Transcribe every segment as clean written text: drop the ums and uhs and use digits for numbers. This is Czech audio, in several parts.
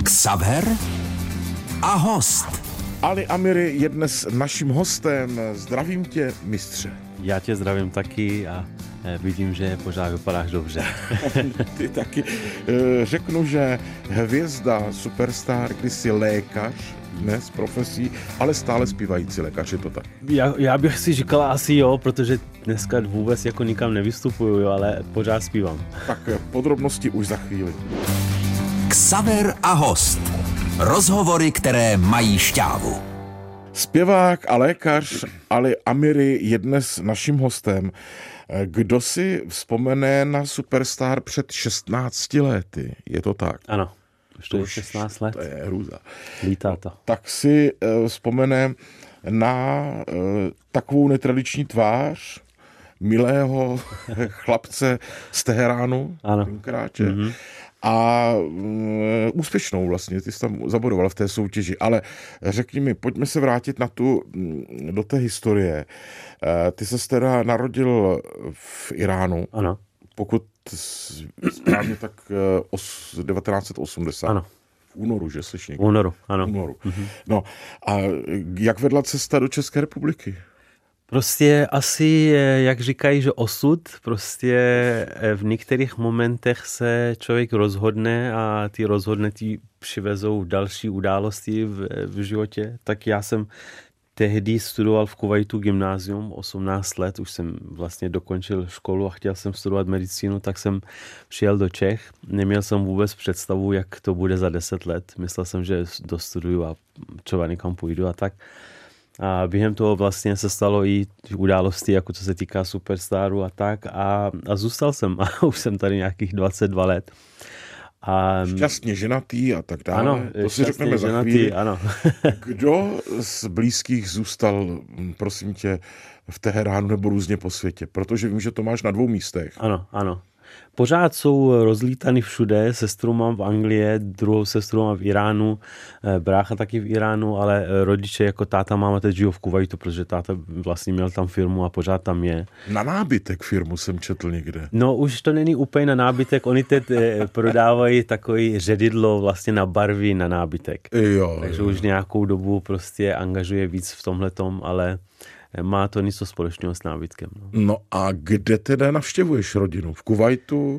Xaver a host. Ali Amiri je dnes naším hostem. Zdravím tě, mistře. Já tě zdravím taky a vidím, že pořád vypadáš dobře. Ty taky. Řeknu, že hvězda, superstar, kdysi lékař, dnes profesí, ale stále zpívající lékař, je to tak? Já bych si říkala asi jo, protože dneska vůbec jako nikam nevystupuju, jo, ale pořád zpívám. Tak podrobnosti už za chvíli. Xaver a host. Rozhovory, které mají šťávu. Zpěvák a lékař Ali Amiri je dnes naším hostem. Kdo si vzpomene na Superstar před 16 lety? Je to tak? Ano, už to je 16 let. To je hrůza. Lítá to. Tak si vzpomene na takovou netradiční tvář milého chlapce z Teheránu. Ano. A úspěšnou vlastně, ty jsi tam zabodoval v té soutěži, ale řekni mi, pojďme se vrátit do té historie. Ty ses teda narodil v Iránu, ano. Pokud správně, tak 1980. Ano. V únoru, že slyš někde? V únoru, ano. V únoru. No a jak vedla cesta do České republiky? Prostě asi, jak říkají, že osud, prostě v některých momentech se člověk rozhodne a ty rozhodnutí přivezou další události v životě. Tak já jsem tehdy studoval v Kuvajtu gymnázium, 18 let, už jsem vlastně dokončil školu a chtěl jsem studovat medicínu, tak jsem přijel do Čech. Neměl jsem vůbec představu, jak to bude za 10 let. Myslel jsem, že dostuduju a třeba někam půjdu a tak. A během toho vlastně se stalo i události, jako co se týká Superstaru a tak. A zůstal jsem a už jsem tady nějakých 22 let. Šťastně ženatý a tak dále. Ano, to si řekneme za chvíli. Ano. Kdo z blízkých zůstal, prosím tě, v Teheránu nebo různě po světě? Protože vím, že to máš na 2 místech. Ano. Pořád jsou rozlítaný všude, sestru mám v Anglii, druhou sestru mám v Iránu, brácha taky v Iránu, ale rodiče jako táta, máma teď žijou v Kuvajtu, protože táta vlastně měl tam firmu a pořád tam je. Na nábytek firmu jsem četl někde. No už to není úplně na nábytek, oni teď prodávají takový ředidlo vlastně na barvy na nábytek. Takže už nějakou dobu prostě angažuje víc v tomhletom, ale má to něco společného s nábytkem. No a kde teda navštěvuješ rodinu? V Kuvajtu?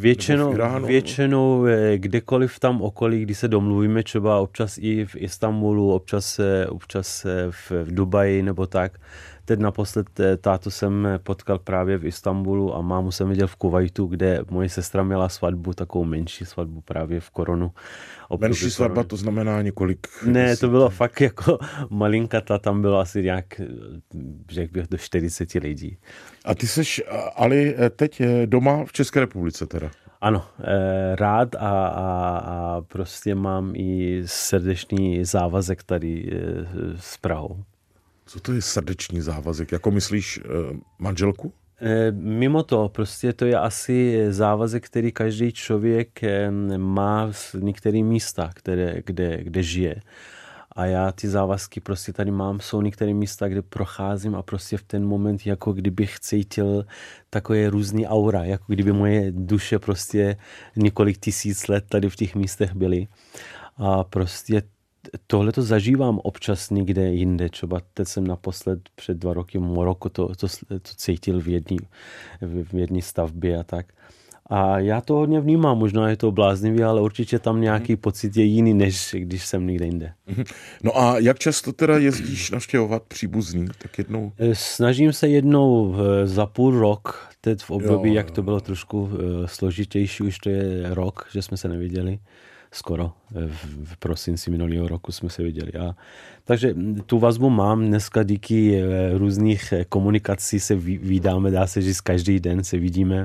Většinou kdekoliv tam okolí, kdy se domluvíme, třeba občas i v Istanbulu, občas v Dubaji nebo tak. Teď naposled tátu jsem potkal právě v Istanbulu a mámu jsem viděl v Kuvajtu, kde moje sestra měla svatbu, takovou menší svatbu právě v koronu. Menší svatba, to znamená několik... Ne, to bylo fakt jako malinkata, tam bylo asi nějak, řekl bych, do 40 lidí. A ty seš, Ali, teď doma v České republice teda? Ano, rád a prostě mám i srdečný závazek tady s Prahou. Co to je srdeční závazek? Jako myslíš manželku? Mimo to, prostě to je asi závazek, který každý člověk má v některých místech, kde žije. A já ty závazky prostě tady mám, jsou některé místa, kde procházím a prostě v ten moment, jako kdybych cítil takové různý aura, jako kdyby moje duše prostě několik tisíc let tady v těch místech byly. A prostě tohle to zažívám občas někde jinde. Třeba teď jsem naposled před 2 roky v Maroku to cítil v jedné stavbě a tak. A já to hodně vnímám, možná je to bláznivý, ale určitě tam nějaký pocit je jiný, než když jsem někde jinde. No a jak často teda jezdíš navštěvovat příbuzný? Tak jednou? Snažím se jednou za půl rok, teď v období, jak to bylo trošku složitější, už to je rok, že jsme se neviděli. Skoro v prosinci minulého roku jsme se viděli. Takže tu vazbu mám. Dneska díky různých komunikací se vídáme, dá se říct, každý den se vidíme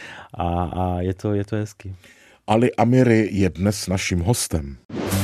a je to hezký. Ali Amiri je dnes naším hostem.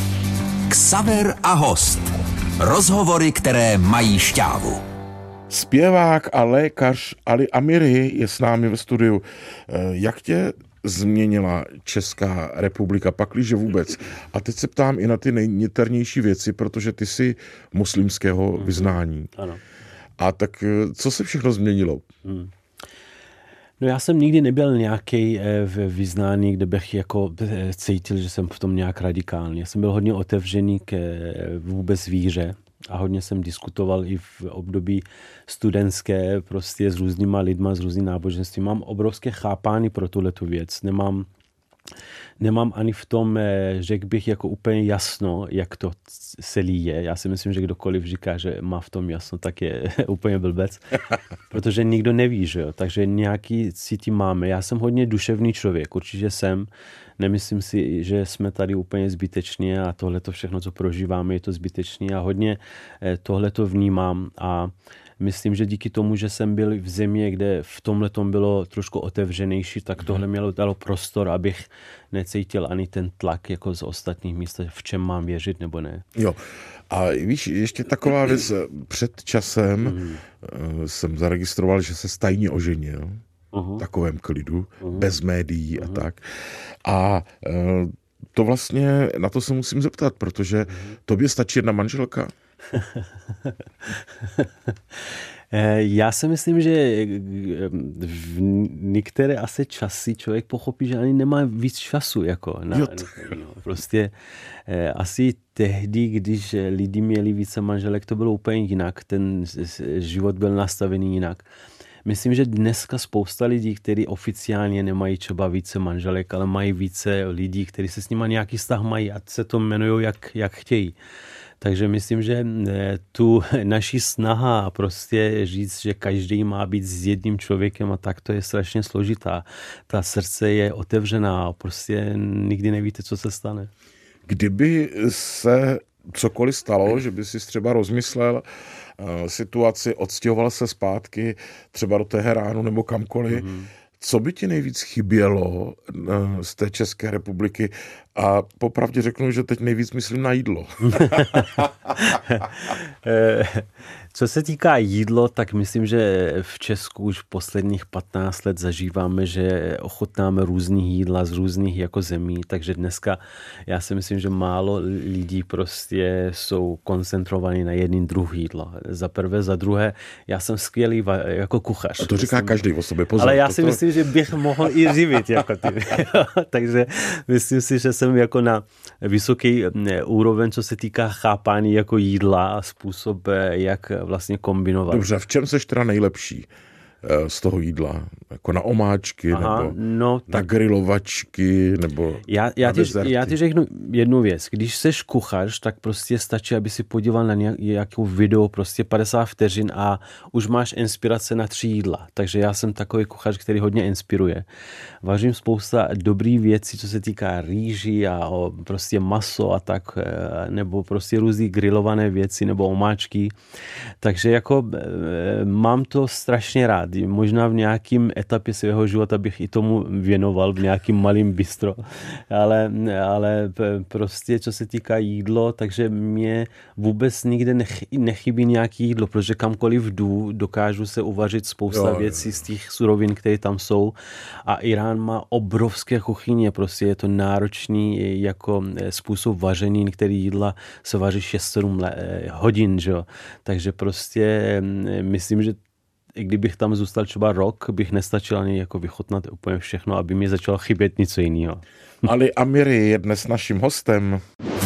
Xaver a host. Rozhovory, které mají šťávu. Zpěvák a lékař Ali Amiri je s námi ve studiu. Jak tě změnila Česká republika, pakliže vůbec? A teď se ptám i na ty nejniternější věci, protože ty jsi muslimského vyznání. Ano. A tak co se všechno změnilo? No já jsem nikdy nebyl nějaký vyznání, kde bych jako cítil, že jsem v tom nějak radikální. Já jsem byl hodně otevřený k vůbec víře a hodně jsem diskutoval i v období studentské prostě s různýma lidma, s různým náboženstvím. Mám obrovské chápání pro tuhletu věc. Nemám ani v tom, řekl bych, jako úplně jasno, jak to celý je. Já si myslím, že kdokoliv říká, že má v tom jasno, tak je úplně blbec. Protože nikdo neví, že jo. Takže nějaký cítí máme. Já jsem hodně duševný člověk, určitě jsem. Nemyslím si, že jsme tady úplně zbyteční a tohleto všechno, co prožíváme, je to zbytečný a hodně tohleto vnímám a myslím, že díky tomu, že jsem byl v zemi, kde v tomhletom bylo trošku otevřenější, tak tohle mělo dalo prostor, abych necítil ani ten tlak jako z ostatních míst, v čem mám věřit nebo ne. Jo. A víš, ještě taková věc, před časem jsem zaregistroval, že se tajně oženil. Takovém klidu, bez médií a tak. A to vlastně, na to se musím zeptat, protože tobě stačí jedna manželka? Já si myslím, že v některé asi časy člověk pochopí, že ani nemá víc času. Jako prostě asi tehdy, když lidi měli více manželek, to bylo úplně jinak. Ten život byl nastavený jinak. Myslím, že dneska spousta lidí, kteří oficiálně nemají třeba více manželek, ale mají více lidí, kteří se s nimi nějaký vztah mají a se to jmenují, jak chtějí. Takže myslím, že tu naší snaha prostě říct, že každý má být s jedním člověkem a tak to je strašně složitá. Ta srdce je otevřená a prostě nikdy nevíte, co se stane. Kdyby se cokoliv stalo, že by si třeba rozmyslel situaci, odstěhoval se zpátky třeba do Teheránu nebo kamkoliv, co by ti nejvíc chybělo z té České republiky? A popravdě řeknu, že teď nejvíc myslím na jídlo. Co se týká jídlo, tak myslím, že v Česku už posledních 15 let zažíváme, že ochutnáme různý jídla z různých jako zemí, takže dneska já si myslím, že málo lidí prostě jsou koncentrovaní na jedný druh jídla. Za prvé, za druhé, já jsem skvělý jako kuchař. A to říká každý o sobě, pozor. Ale já si myslím, že bych mohl i živit jako ty. Takže myslím si, že jsem jako na vysoký úroveň, co se týká chápání jako jídla a způsob, jak vlastně kombinovat. Dobře, v čem seš teda nejlepší z toho jídla? Jako na omáčky, nebo na grilovačky, nebo já ti řeknu jednu věc. Když seš kuchař, tak prostě stačí, aby si podíval na nějakou video, prostě 50 vteřin a už máš inspirace na 3 jídla. Takže já jsem takový kuchař, který hodně inspiruje. Vařím spousta dobrých věcí, co se týká rýží a prostě maso a tak, nebo prostě různý grilované věci, nebo omáčky. Takže jako mám to strašně rád. Možná v nějakým etapě svého života bych i tomu věnoval v nějakým malým bistro, ale prostě co se týká jídlo, takže mě vůbec nikde nechybí nějaký jídlo, protože kamkoliv jdu, dokážu se uvařit spousta věcí z těch surovin, které tam jsou a Irán má obrovské kuchyně, prostě je to náročný jako způsob vaření, některé jídla se vaří 6-7 hodin, že? Takže prostě myslím, že i kdybych tam zůstal třeba rok, bych nestačil ani jako vychutnat úplně všechno, aby mi začalo chybět něco jiného. Ali Amiri je dnes naším hostem.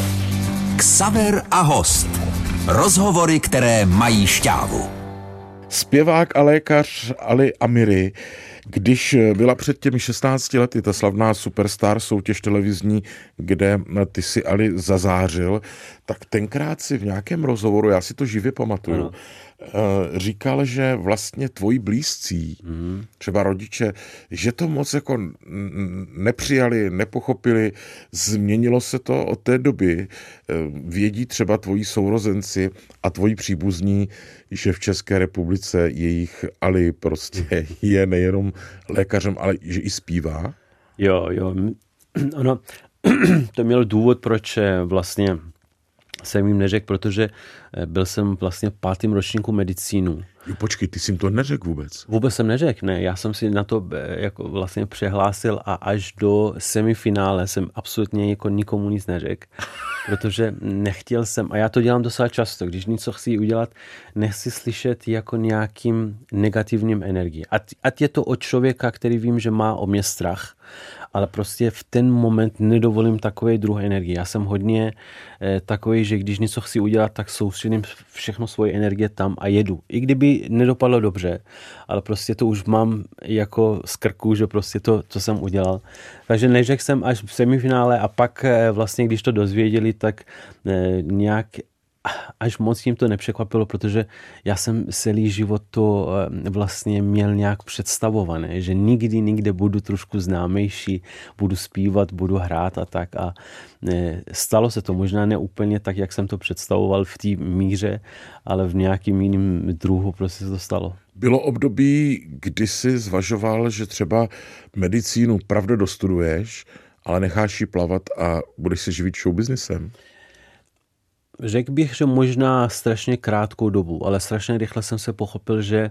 Xaver a host. Rozhovory, které mají šťávu. Zpěvák a lékař Ali Amiri, když byla před těmi 16 lety ta slavná Superstar soutěž televizní, kde ty si Ali zazářil, tak tenkrát si v nějakém rozhovoru, já si to živě pamatuju, říkal, že vlastně tvoji blízcí, třeba rodiče, že to moc jako nepřijali, nepochopili, změnilo se to od té doby. Vědí třeba tvoji sourozenci a tvoji příbuzní, že v České republice jejich Ali prostě je nejenom lékařem, ale že i zpívá? Jo. Ono, to měl důvod, proč vlastně jsem jim neřekl, protože byl jsem vlastně v 5. ročníku medicínu. Jo, počkej, ty jsi jim to neřekl vůbec? Vůbec jsem neřekl, ne. Já jsem si na to jako vlastně přehlásil a až do semifinále jsem absolutně jako nikomu nic neřekl. protože nechtěl jsem, a já to dělám docela často, když něco chci udělat, nechci slyšet jako nějakým negativním energií. Ať je to od člověka, který vím, že má o mě strach, ale prostě v ten moment nedovolím takový druh energie. Já jsem hodně takový, že když něco chci udělat, tak soustředím všechno svoje energie tam a jedu. I kdyby nedopadlo dobře, ale prostě to už mám jako z krku, že prostě to jsem udělal. Takže neřekl jsem až v semifinále a pak vlastně, když to dozvěděli, tak nějak až moc jim to nepřekvapilo, protože já jsem celý život to vlastně měl nějak představované, že nikde budu trošku známější, budu zpívat, budu hrát a tak. A stalo se to možná ne úplně tak, jak jsem to představoval v té míře, ale v nějakým jiným druhu prostě se to stalo. Bylo období, kdy jsi zvažoval, že třeba medicínu pravda dostuduješ, ale necháš ji plavat a budeš se živit showbiznesem? Řekl bych, že možná strašně krátkou dobu, ale strašně rychle jsem se pochopil, že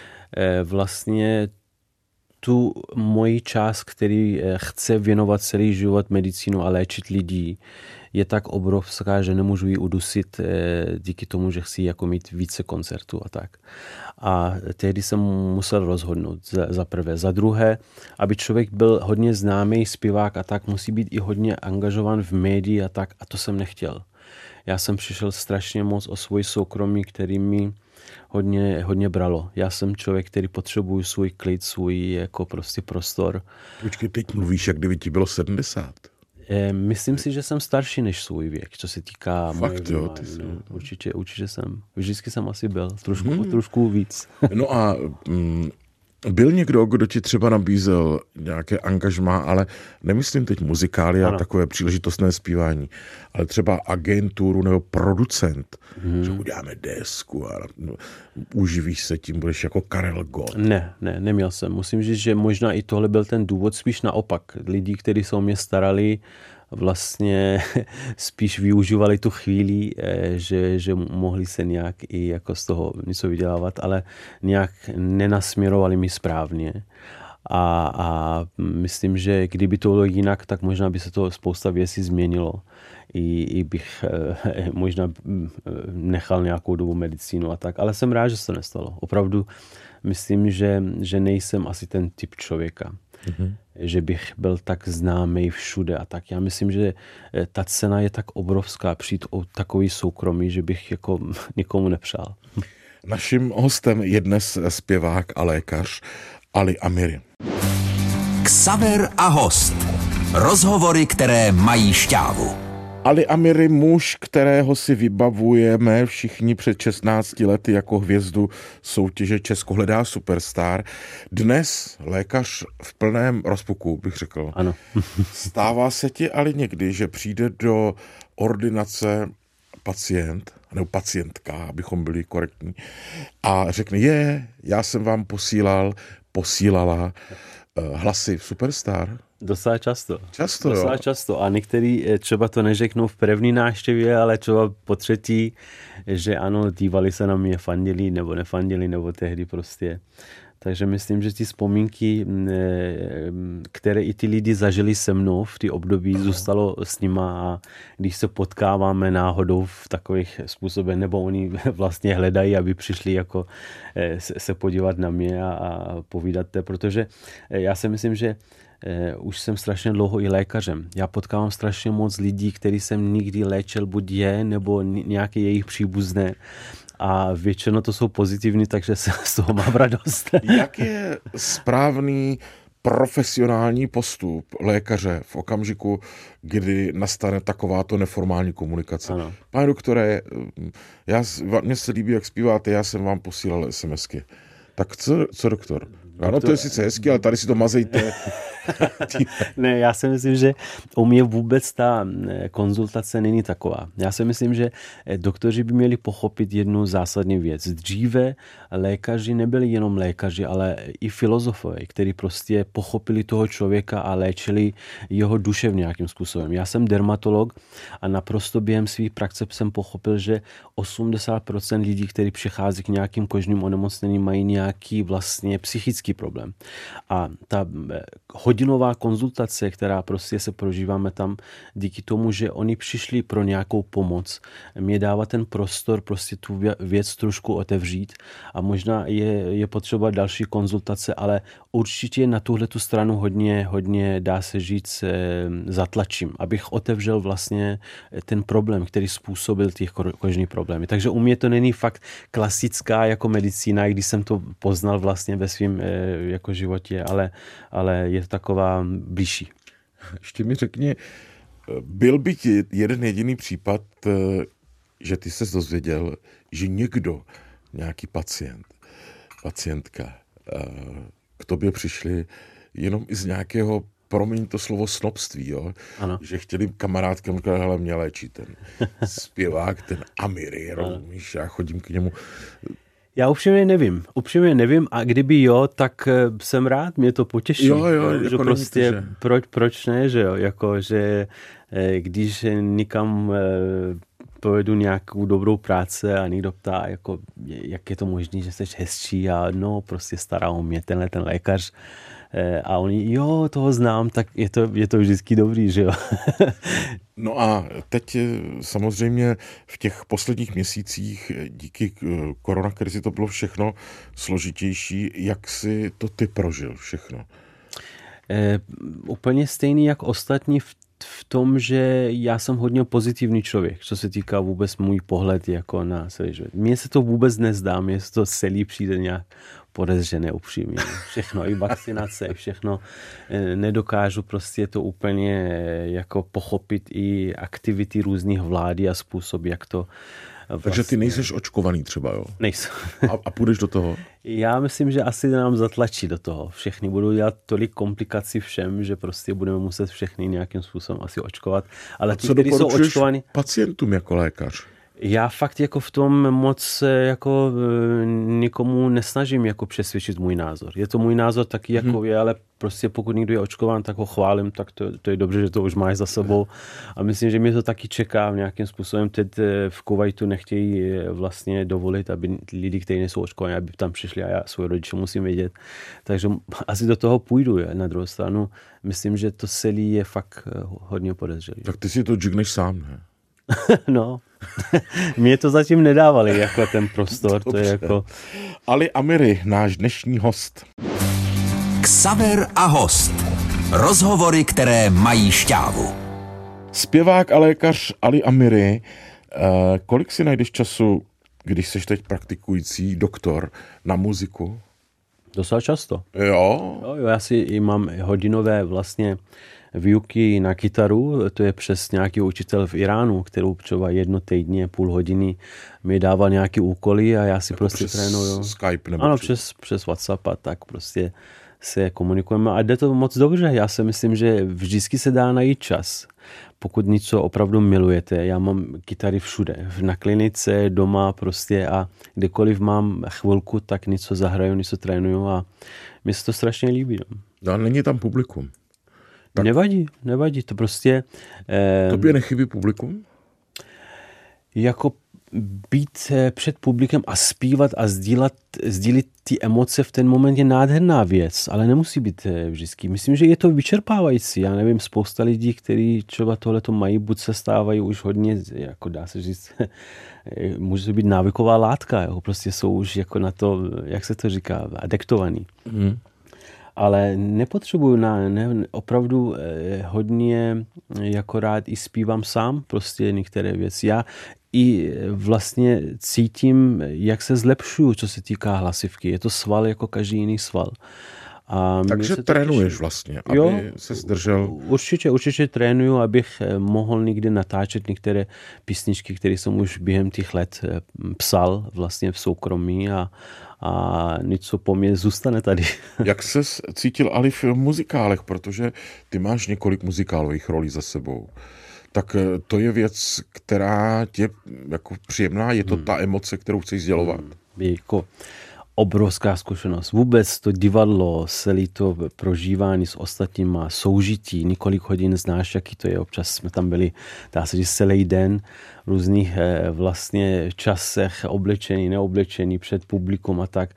vlastně tu moji část, který chce věnovat celý život medicínu a léčit lidí, je tak obrovská, že nemůžu ji udusit díky tomu, že chci jako mít více koncertů a tak. A tehdy jsem musel rozhodnout za prvé. Za druhé, aby člověk byl hodně známý zpěvák a tak, musí být i hodně angažovan v médii a tak, a to jsem nechtěl. Já jsem přišel strašně moc o svůj soukromí, který mi hodně bralo. Já jsem člověk, který potřebuje svůj klid, svůj jako prostě prostor. Počkej, teď mluvíš, jak kdyby ti bylo 70. Myslím si, že jsem starší než svůj věk, co se týká Fakt jo, určitě jsem. Vždycky jsem asi byl, trošku víc. No a byl někdo, kdo ti třeba nabízel nějaké angažmá, ale nemyslím teď muzikály a takové příležitostné zpívání, ale třeba agenturu nebo producent, že uděláme desku a uživíš se tím, budeš jako Karel Gott. Ne, neměl jsem. Musím říct, že možná i tohle byl ten důvod, spíš naopak. Lidi, kteří se o mě starali, vlastně spíš využívali tu chvíli, že mohli se nějak i jako z toho něco vydělávat, ale nějak nenasměrovali mi správně. A myslím, že kdyby to bylo jinak, tak možná by se to spousta věcí změnilo. I bych možná nechal nějakou dobu medicínu a tak. Ale jsem rád, že se to nestalo. Opravdu myslím, že nejsem asi ten typ člověka. Že bych byl tak známý všude a tak. Já myslím, že ta cena je tak obrovská přijít o takový soukromí, že bych jako nikomu nepřál. Naším hostem je dnes zpěvák a lékař Ali Amiri. Xaver a host. Rozhovory, které mají šťávu. Ali Amiri, muž, kterého si vybavujeme všichni před 16 lety jako hvězdu soutěže Česko hledá superstar. Dnes lékař v plném rozpuku, bych řekl. Ano. Stává se ti ale někdy, že přijde do ordinace pacient, nebo pacientka, abychom byli korektní, a řekne, já jsem vám posílala hlasy superstar. Docela často. Docela často. A některý třeba to neřeknou v první návštěvě, ale třeba po třetí, že ano, dívali se na mě, fandili nebo nefandili, nebo tehdy prostě. Takže myslím, že ty vzpomínky, které i ty lidi zažili se mnou v té období, zůstalo s nima, a když se potkáváme náhodou v takových způsobech, nebo oni vlastně hledají, aby přišli jako se podívat na mě a povídat to, protože já si myslím, že už jsem strašně dlouho i lékařem. Já potkávám strašně moc lidí, který jsem nikdy léčil, buď nebo nějaké jejich příbuzné. A většinou to jsou pozitivní, takže se z toho mám radost. Jak je správný profesionální postup lékaře v okamžiku, kdy nastane takováto neformální komunikace? Ano. Pane doktore, mně se líbí, jak zpíváte, já jsem vám posílal SMSky. Tak co doktor? Ano, to je sice hezký, ale tady si to mazejte. Ne, já si myslím, že u mě vůbec ta konzultace není taková. Já si myslím, že doktoři by měli pochopit jednu zásadní věc. Dříve lékaři nebyli jenom lékaři, ale i filozofové, kteří prostě pochopili toho člověka a léčili jeho duše v nějakým způsobem. Já jsem dermatolog a naprosto během svých praxe jsem pochopil, že 80% lidí, kteří přichází k nějakým kožním onemocněním, mají nějaký vlastně psychický vždycky problém. A ta hodinová konzultace, která prostě se prožíváme tam díky tomu, že oni přišli pro nějakou pomoc, mě dává ten prostor prostě tu věc trošku otevřít a možná je potřeba další konzultace, ale určitě na tuhletu stranu hodně dá se říct zatlačím, abych otevřel vlastně ten problém, který způsobil těch kožní problémy. Takže u mě to není fakt klasická jako medicína, i když jsem to poznal vlastně ve svém jako životě, ale je to taková blížší. Ještě mi řekni, byl by ti jeden jediný případ, že ty ses dozvěděl, že někdo, nějaký pacientka, k tobě přišli jenom i z nějakého, promiň to slovo, snobství, jo? Ano. Že chtěli kamarádkem, hele, mě léčí ten zpěvák, ten Amiri, rozumíš, já chodím k němu. Já upřímně nevím a kdyby jo, tak jsem rád, mě to potěší. Jo, že jako prostě proč ne, že jo, jako že když nikam povedu nějakou dobrou práci a někdo ptá, jako, jak je to možné, že jsi hezčí a no, prostě stará o mě ten lékař a oni, jo, toho znám, tak je to vždycky dobrý, že jo. No a teď samozřejmě v těch posledních měsících díky koronakrizi to bylo všechno složitější. Jak si to ty prožil všechno? Úplně stejný jak ostatní v tom, že já jsem hodně pozitivní člověk, co se týká vůbec můj pohled jako na celý život. Mně se to vůbec nezdá, mně se to celý přijde nějak podezřené, upřímně. Všechno, i vakcinace, všechno. Nedokážu prostě to úplně jako pochopit i aktivity různých vlády a způsob, jak to vlastně... Takže ty nejseš očkovaný třeba, jo? Nejsem. A půjdeš do toho? Já myslím, že asi nám zatlačí do toho. Všechny budou dělat tolik komplikací všem, že prostě budeme muset všechny nějakým způsobem asi očkovat. Ale ti, kteří jsou očkovaní... pacientům jako lékař? Já fakt jako v tom moc jako nikomu nesnažím jako přesvědčit můj názor. Je to můj názor taky jako je, ale prostě pokud někdo je očkován, tak ho chválím, tak to je dobře, že to už máš za sebou. A myslím, že mě to taky čeká v nějakým způsobem. Teď v Kuvajtu nechtějí vlastně dovolit, aby lidi, kteří nejsou očkovaní, aby tam přišli a já svoje rodiče musím vědět. Takže asi do toho půjdu. Na druhou stranu myslím, že to celé je fakt hodně podezřelé. Tak ty si to džigneš sám, ne? No, mě to zatím nedávali jako ten prostor. To je jako... Ali Amiri, náš dnešní host. Xaver a host. Rozhovory, které mají šťávu. Zpěvák a lékař Ali Amiri, kolik si najdeš času, když jsi teď praktikující doktor, na muziku? Docela často. Jo? Já si i mám hodinové vlastně výuky na kytaru, to je přes nějaký učitel v Iránu, kterou třeba jedno týdně, půl hodiny mi dává nějaký úkoly a já si jako prostě trénuju. Skype nebo ano, přes WhatsApp a tak prostě se komunikujeme a jde to moc dobře. Já si myslím, že vždycky se dá najít čas. Pokud něco opravdu milujete, já mám kytary všude, na klinice, doma prostě a kdekoliv mám chvilku, tak něco zahraju, něco trénuju a mi se to strašně líbí. No, není tam publikum. Tak. Nevadí, to prostě... Tobě nechybí publikum? Jako být před publikem a zpívat a sdílit ty emoce v ten moment je nádherná věc, ale nemusí být vždycky. Myslím, že je to vyčerpávající. Já nevím, spousta lidí, kteří třeba tohleto mají, buď se stávají už hodně, jako dá se říct, může to být návyková látka, jako prostě jsou už jako na to, jak se to říká, adektovaný. Ale nepotřebuju opravdu hodně jako rád i zpívám sám prostě některé věci. Já i vlastně cítím, jak se zlepšuju, co se týká hlasivky. Je to sval jako každý jiný sval. A takže trénuješ vlastně, aby se zdržel? Určitě trénuju, abych mohl někdy natáčet některé písničky, které jsem už během těch let psal vlastně v soukromí a něco po mně zůstane tady. Jak ses cítil Ali v muzikálech, protože ty máš několik muzikálových rolí za sebou. Tak to je věc, která tě jako příjemná, je to ta emoce, kterou chceš sdělovat? Jako obrovská zkušenost. Vůbec to divadlo, celé to prožívání s ostatníma, soužití, několik hodin znáš, jaký to je. Občas jsme tam byli, dá se říct, celý den v různých vlastně časech, oblečení, neoblečení, před publikum a tak.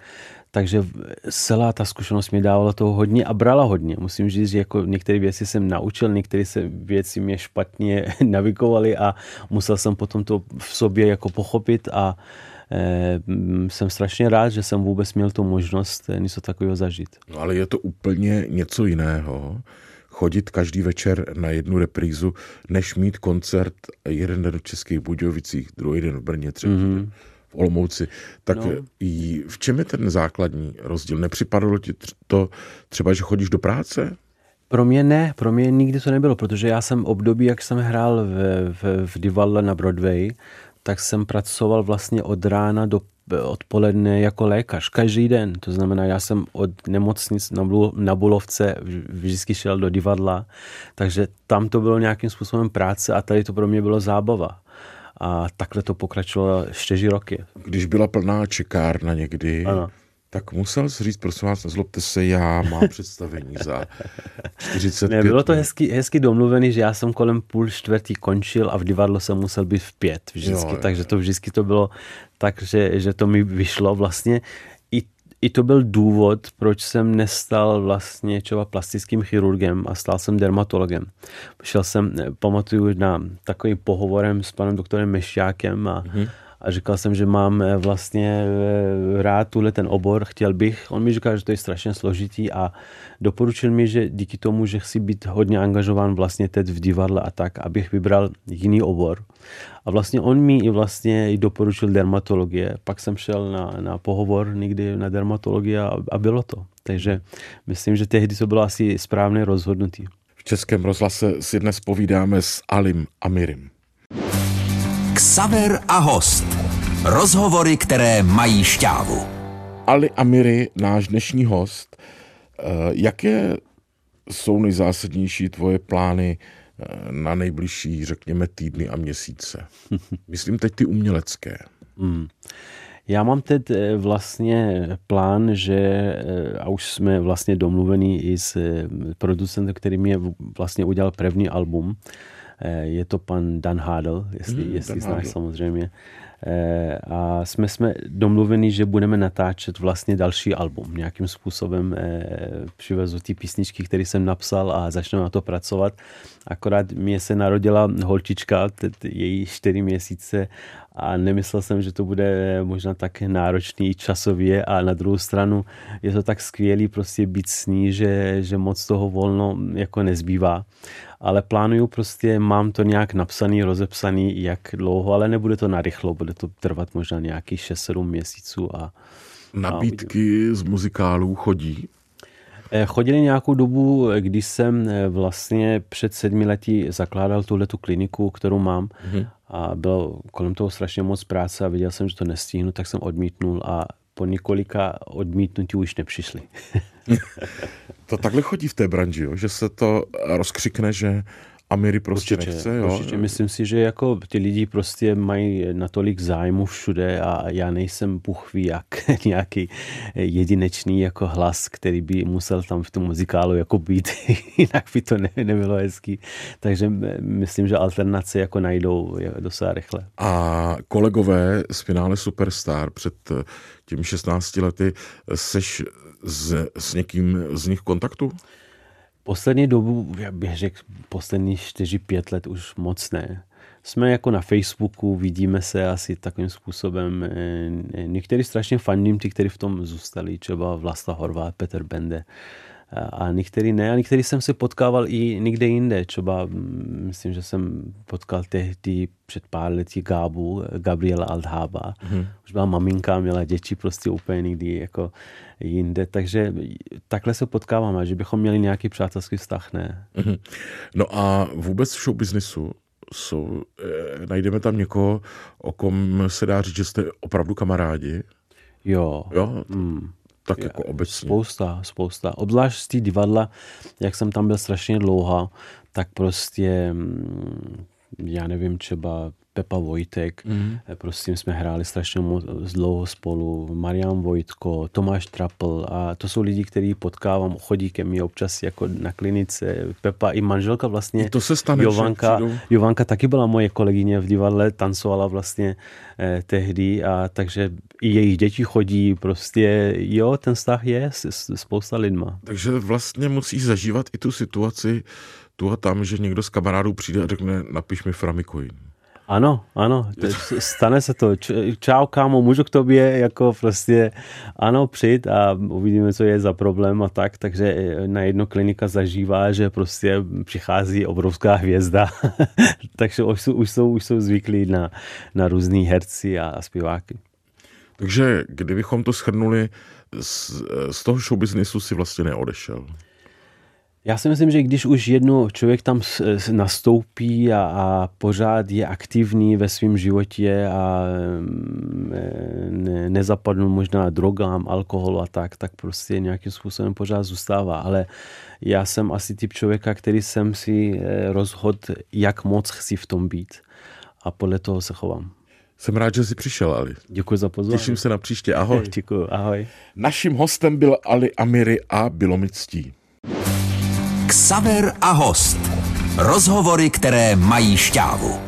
Takže celá ta zkušenost mi dávala toho hodně a brala hodně. Musím říct, že jako některé věci jsem naučil, některé věci mě špatně navigovaly a musel jsem potom to v sobě jako pochopit a jsem strašně rád, že jsem vůbec měl tu možnost něco takového zažít. No ale je to úplně něco jiného, chodit každý večer na jednu reprízu, než mít koncert jeden den v Českých Budějovicích, druhý den v Brně, třetí den v Olomouci. Tak v čem je ten základní rozdíl? Nepřipadalo ti to třeba, že chodíš do práce? Pro mě nikdy to nebylo, protože já jsem období, jak jsem hrál v divadle na Broadway, tak jsem pracoval vlastně od rána do odpoledne jako lékař. Každý den. To znamená, já jsem od nemocnic na Bulovce vždycky šel do divadla, takže tam to bylo nějakým způsobem práce a tady to pro mě bylo zábava. A takhle to pokračovalo 4 roky. Když byla plná čekárna někdy, ano. Tak musel jsi říct, prosím vás, nezlobte se, já mám představení za 45 Ne, bylo to hezky domluvený, že já jsem kolem 3:30 končil a v divadlo jsem musel být v 5 vždycky, takže to vždycky to bylo tak, že to mi vyšlo vlastně. I to byl důvod, proč jsem nestal vlastně třeba plastickým chirurgem a stal jsem dermatologem. Šel jsem, pamatuju, na takovým pohovorem s panem doktorem Mešťákem a říkal jsem, že mám vlastně rád tuhle ten obor, chtěl bych. On mi říkal, že to je strašně složitý a doporučil mi, že díky tomu, že chci být hodně angažován vlastně teď v divadle a tak, abych vybral jiný obor. A vlastně on mi i doporučil dermatologie. Pak jsem šel na pohovor někdy na dermatologii a bylo to. Takže myslím, že tehdy to bylo asi správné rozhodnutí. V Českém rozhlase si dnes povídáme s Alim Amirim. Xaver a host. Rozhovory, které mají šťávu. Ali Amiri, náš dnešní host. Jaké jsou nejzásadnější tvoje plány na nejbližší, řekněme, týdny a měsíce? Myslím teď ty umělecké. Já mám teď vlastně plán, a už jsme vlastně domluvení i s producentem, který mi vlastně udělal první album. Je to pan Dan Hadel, jestli znáš samozřejmě. A jsme domluveni, že budeme natáčet vlastně další album. Nějakým způsobem přivezu ty písničky, které jsem napsal a začneme na to pracovat. Akorát mě se narodila holčička, její 4 měsíce a nemyslel jsem, že to bude možná tak náročný časově a na druhou stranu je to tak skvělý prostě být s ní, že moc toho volno jako nezbývá. Ale plánuju prostě, mám to nějak napsaný, rozepsaný, jak dlouho, ale nebude to narychlo, bude to trvat možná nějakých 6-7 měsíců. Nabídky z muzikálů chodí? Chodili nějakou dobu, když jsem vlastně před 7 lety zakládal tuhletu kliniku, kterou mám a bylo kolem toho strašně moc práce a viděl jsem, že to nestihnu, tak jsem odmítnul a po několika odmítnutí už nepřišli. To takhle chodí v té branži, jo? Že se to rozkřikne, že Amiri prostě nechce. Jo? Určitě. Myslím si, že jako ty lidi prostě mají natolik zájmu všude a já nejsem puchví jak nějaký jedinečný jako hlas, který by musel tam v tom muzikálu jako být, jinak by to nebylo hezký. Takže myslím, že alternace jako najdou docela rychle. A kolegové z finále Superstar před těmi 16 lety, seš s někým z nich v kontaktu? Poslední dobu, já bych řekl, poslední 4-5 let už moc ne. Jsme jako na Facebooku, vidíme se asi takovým způsobem. Některý strašně fandím, ty, kteří v tom zůstali, třeba Vlasta Horváth, Petr Bende. A některý ne. A některý jsem se potkával i někde jinde. Třeba myslím, že jsem potkal tehdy před pár lety Gabriela Aldhába. Už byla maminka, měla děti prostě úplně někdy jako jinde. Takže takhle se potkáváme, že bychom měli nějaký přátelský vztah, ne? No a vůbec v showbiznisu najdeme tam někoho, o kom se dá říct, že jste opravdu kamarádi? Jo. Tak jako obecně. Spousta. Obzvlášť z té divadla, jak jsem tam byl strašně dlouho, tak prostě, já nevím, třeba Pepa Vojtek, prostě jsme hráli strašně dlouho spolu, Marian Vojtko, Tomáš Trapl a to jsou lidi, kteří potkávám, chodí ke mně občas jako na klinice. Pepa i manželka vlastně, I to se stane, Jovanka taky byla moje kolegyně v divadle, tancovala vlastně tehdy a takže i jejich děti chodí, prostě jo, ten vztah je s spousta lidma. Takže vlastně musíš zažívat i tu situaci tu a tam, že někdo z kamarádů přijde a řekne, napiš mi Framikoin. Ano, stane se to. Čau, kámo, můžu k tobě, jako prostě, ano, přijď a uvidíme, co je za problém a tak, takže najednou klinika zažívá, že prostě přichází obrovská hvězda, takže už jsou zvyklí na různý herci a zpěváky. Takže kdybychom to shrnuli, z toho showbiznisu si vlastně neodešel. Já si myslím, že když už jednou člověk tam nastoupí a pořád je aktivní ve svém životě a nezapadnu možná drogám, alkoholu a tak prostě nějakým způsobem pořád zůstává. Ale já jsem asi typ člověka, který jsem si rozhodl, jak moc chci v tom být. A podle toho se chovám. Jsem rád, že jsi přišel, Ali. Děkuji za pozvání. Těším se na příště. Ahoj. Děkuji, ahoj. Naším hostem byl Ali Amiri a bylo mi ctí. Xaver a host. Rozhovory, které mají šťávu.